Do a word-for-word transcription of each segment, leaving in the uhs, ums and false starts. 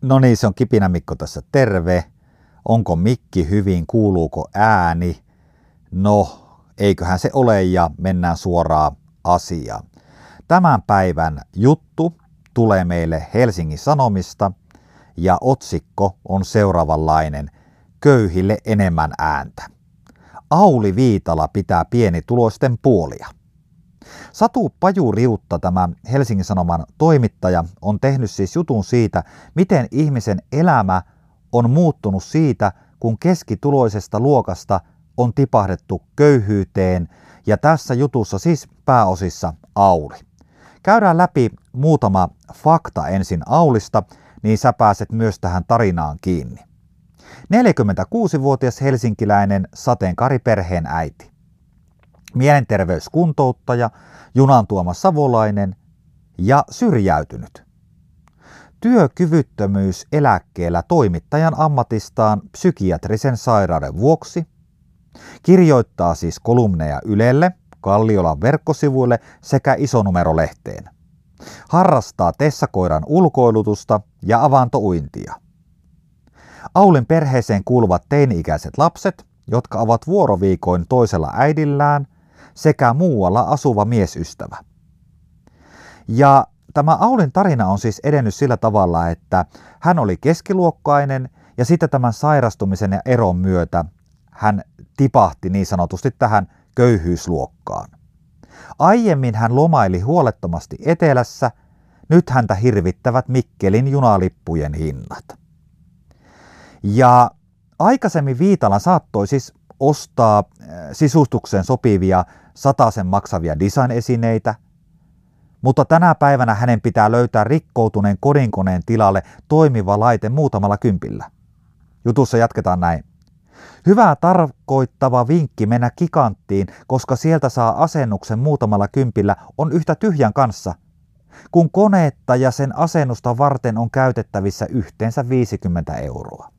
No niin, se on Kipinä Mikko tässä, terve. Onko mikki hyvin, kuuluuko ääni? No, eiköhän se ole ja mennään suoraan asiaan. Tämän päivän juttu tulee meille Helsingin Sanomista ja otsikko on seuraavanlainen: köyhille enemmän ääntä. Auli Viitala pitää pienituloisten puolia. Satu Pajuriutta, tämä Helsingin Sanoman toimittaja, on tehnyt siis jutun siitä, miten ihmisen elämä on muuttunut siitä, kun keskituloisesta luokasta on tipahdettu köyhyyteen, ja tässä jutussa siis pääosissa Auli. Käydään läpi muutama fakta ensin Aulista, niin sä pääset myös tähän tarinaan kiinni. neljäkymmentäkuusivuotias helsinkiläinen sateenkaariperheen äiti. Mielenterveyskuntouttaja, junan tuoma savolainen ja syrjäytynyt. Työkyvyttömyyseläkkeellä toimittajan ammatistaan psykiatrisen sairauden vuoksi. Kirjoittaa siis kolumneja Ylelle, Kalliolan verkkosivuille sekä Isonumerolehteen. Harrastaa tessakoiran ulkoilutusta ja avantouintia. Aulin perheeseen kuuluvat teini-ikäiset lapset, jotka ovat vuoroviikoin toisella äidillään, sekä muualla asuva miesystävä. Ja tämä Aulin tarina on siis edennyt sillä tavalla, että hän oli keskiluokkainen ja sitten tämän sairastumisen ja eron myötä hän tipahti niin sanotusti tähän köyhyysluokkaan. Aiemmin hän lomaili huolettomasti etelässä, nyt häntä hirvittävät Mikkelin junalippujen hinnat. Ja aikaisemmin Viitala saattoi siis ostaa sisustukseen sopivia satasen maksavia design-esineitä, mutta tänä päivänä hänen pitää löytää rikkoutuneen kodinkoneen tilalle toimiva laite muutamalla kympillä. Jutussa jatketaan näin. Hyvää tarkoittava vinkki mennä Giganttiin, koska sieltä saa asennuksen muutamalla kympillä, on yhtä tyhjän kanssa, kun koneetta ja sen asennusta varten on käytettävissä yhteensä viisikymmentä euroa.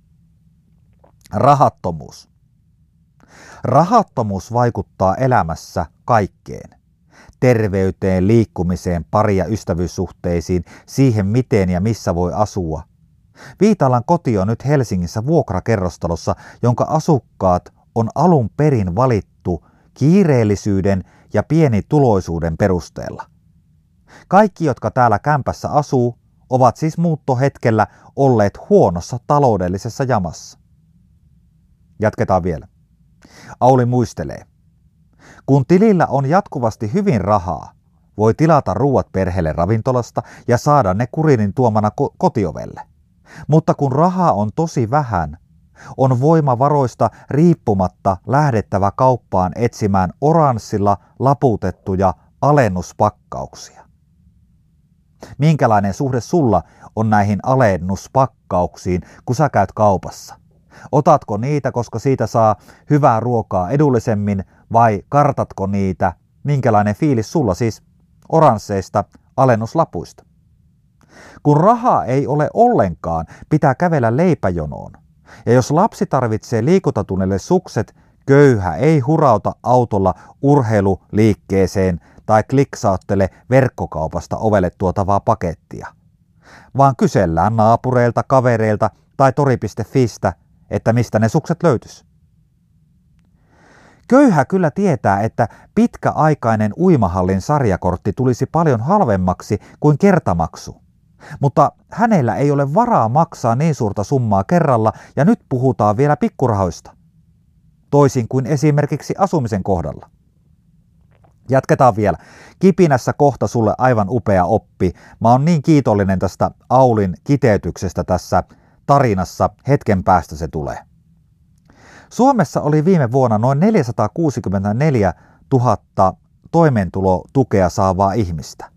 Rahattomuus. Rahattomuus vaikuttaa elämässä kaikkeen. Terveyteen, liikkumiseen, pari- ja ystävyyssuhteisiin, siihen miten ja missä voi asua. Viitalan koti on nyt Helsingissä vuokrakerrostalossa, jonka asukkaat on alun perin valittu kiireellisyyden ja pienituloisuuden perusteella. Kaikki, jotka täällä kämpässä asuu, ovat siis muuttohetkellä olleet huonossa taloudellisessa jamassa. Jatketaan vielä. Auli muistelee. Kun tilillä on jatkuvasti hyvin rahaa, voi tilata ruuat perheelle ravintolasta ja saada ne kurinin tuomana ko- kotiovelle. Mutta kun rahaa on tosi vähän, on voimavaroista riippumatta lähdettävä kauppaan etsimään oranssilla laputettuja alennuspakkauksia. Minkälainen suhde sulla on näihin alennuspakkauksiin, kun sä käyt kaupassa? Otatko niitä, koska siitä saa hyvää ruokaa edullisemmin, vai kartatko niitä? Minkälainen fiilis sulla siis oransseista alennuslapuista? Kun rahaa ei ole ollenkaan, pitää kävellä leipäjonoon. Ja jos lapsi tarvitsee liikuntatunnille sukset, köyhä ei hurauta autolla urheiluliikkeeseen tai kliksauttele verkkokaupasta ovelle tuotavaa pakettia, vaan kysellään naapureilta, kavereilta tai tori piste fistä, että mistä ne sukset löytys. Köyhä kyllä tietää, että pitkäaikainen uimahallin sarjakortti tulisi paljon halvemmaksi kuin kertamaksu, mutta hänellä ei ole varaa maksaa niin suurta summaa kerralla, ja nyt puhutaan vielä pikkurahoista, toisin kuin esimerkiksi asumisen kohdalla. Jatketaan vielä. Kipinässä kohta sulle aivan upea oppi. Mä oon niin kiitollinen tästä Aulin kiteytyksestä tässä tarinassa, hetken päästä se tulee. Suomessa oli viime vuonna noin neljäsataakuusikymmentäneljätuhatta toimeentulotukea saavaa ihmistä.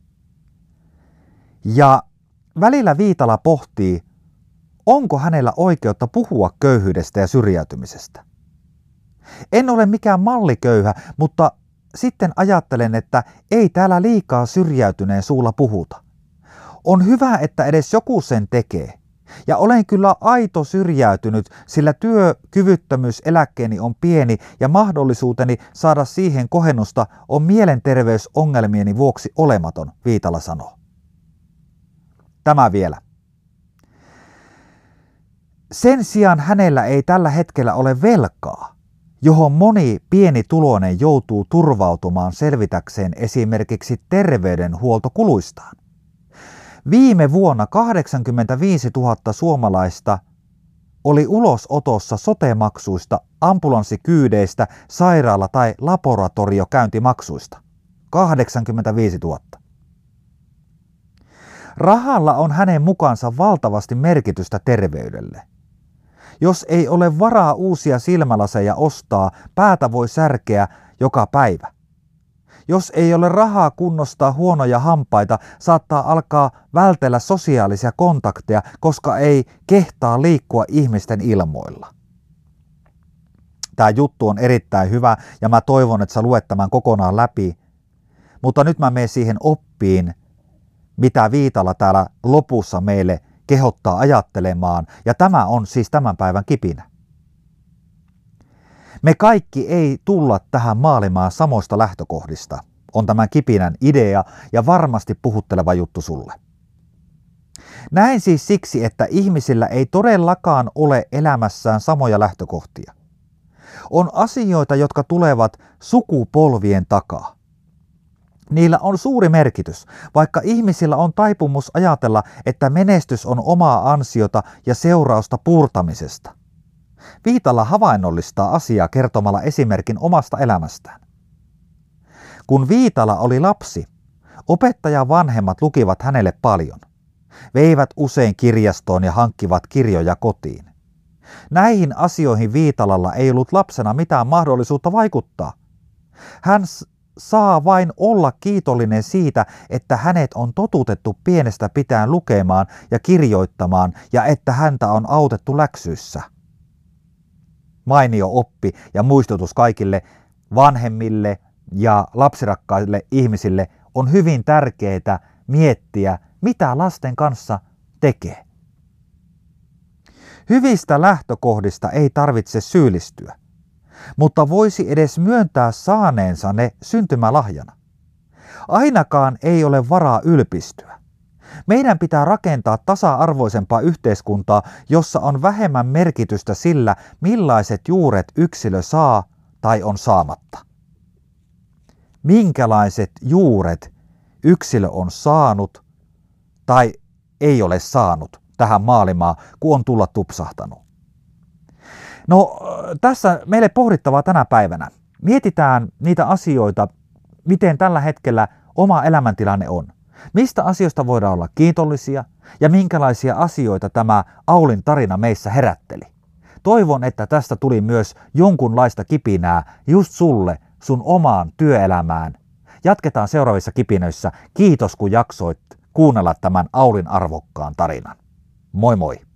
Ja välillä Viitala pohtii, onko hänellä oikeutta puhua köyhyydestä ja syrjäytymisestä. En ole mikään malliköyhä, mutta sitten ajattelen, että ei täällä liikaa syrjäytyneen suulla puhuta. On hyvä, että edes joku sen tekee. Ja olen kyllä aito syrjäytynyt, sillä työkyvyttömyyseläkkeeni on pieni ja mahdollisuuteni saada siihen kohennusta on mielenterveysongelmieni vuoksi olematon, Viitala sanoo. Tämä vielä. Sen sijaan hänellä ei tällä hetkellä ole velkaa, johon moni pienituloinen joutuu turvautumaan selvitäkseen esimerkiksi terveydenhuoltokuluistaan. Viime vuonna kahdeksankymmentäviisituhatta suomalaista oli ulosotossa sote-maksuista, ambulanssikyydeistä, sairaala- tai laboratoriokäyntimaksuista. kahdeksankymmentäviisituhatta. Rahalla on hänen mukaansa valtavasti merkitystä terveydelle. Jos ei ole varaa uusia silmälaseja ostaa, päätä voi särkeä joka päivä. Jos ei ole rahaa kunnostaa huonoja hampaita, saattaa alkaa vältellä sosiaalisia kontakteja, koska ei kehtaa liikkua ihmisten ilmoilla. Tämä juttu on erittäin hyvä ja mä toivon, että sä luet tämän kokonaan läpi. Mutta nyt mä menen siihen oppiin, mitä Viitala täällä lopussa meille kehottaa ajattelemaan, ja tämä on siis tämän päivän kipinä. Me kaikki ei tulla tähän maailmaan samoista lähtökohdista, on tämän kipinän idea ja varmasti puhutteleva juttu sulle. Näin siis siksi, että ihmisillä ei todellakaan ole elämässään samoja lähtökohtia. On asioita, jotka tulevat sukupolvien takaa. Niillä on suuri merkitys, vaikka ihmisillä on taipumus ajatella, että menestys on omaa ansiota ja seurausta puurtamisesta. Viitala havainnollistaa asiaa kertomalla esimerkin omasta elämästään. Kun Viitala oli lapsi, opettajan vanhemmat lukivat hänelle paljon. Veivät usein kirjastoon ja hankkivat kirjoja kotiin. Näihin asioihin Viitalalla ei ollut lapsena mitään mahdollisuutta vaikuttaa. Hän saa vain olla kiitollinen siitä, että hänet on totutettu pienestä pitäen lukemaan ja kirjoittamaan ja että häntä on autettu läksyissä. Mainio oppi ja muistutus kaikille vanhemmille ja lapsirakkaille ihmisille on hyvin tärkeää miettiä, mitä lasten kanssa tekee. Hyvistä lähtökohdista ei tarvitse syyllistyä, mutta voisi edes myöntää saaneensa ne syntymälahjana. Ainakaan ei ole varaa ylpistyä. Meidän pitää rakentaa tasa-arvoisempaa yhteiskuntaa, jossa on vähemmän merkitystä sillä, millaiset juuret yksilö saa tai on saamatta. Minkälaiset juuret yksilö on saanut tai ei ole saanut tähän maailmaan, kun on tulla tupsahtanut. No, tässä meille pohdittavaa tänä päivänä. Mietitään niitä asioita, miten tällä hetkellä oma elämäntilanne on. Mistä asioista voidaan olla kiitollisia ja minkälaisia asioita tämä Aulin tarina meissä herätteli. Toivon, että tästä tuli myös jonkunlaista kipinää just sulle, sun omaan työelämään. Jatketaan seuraavissa kipinöissä. Kiitos kun jaksoit kuunnella tämän Aulin arvokkaan tarinan. Moi moi!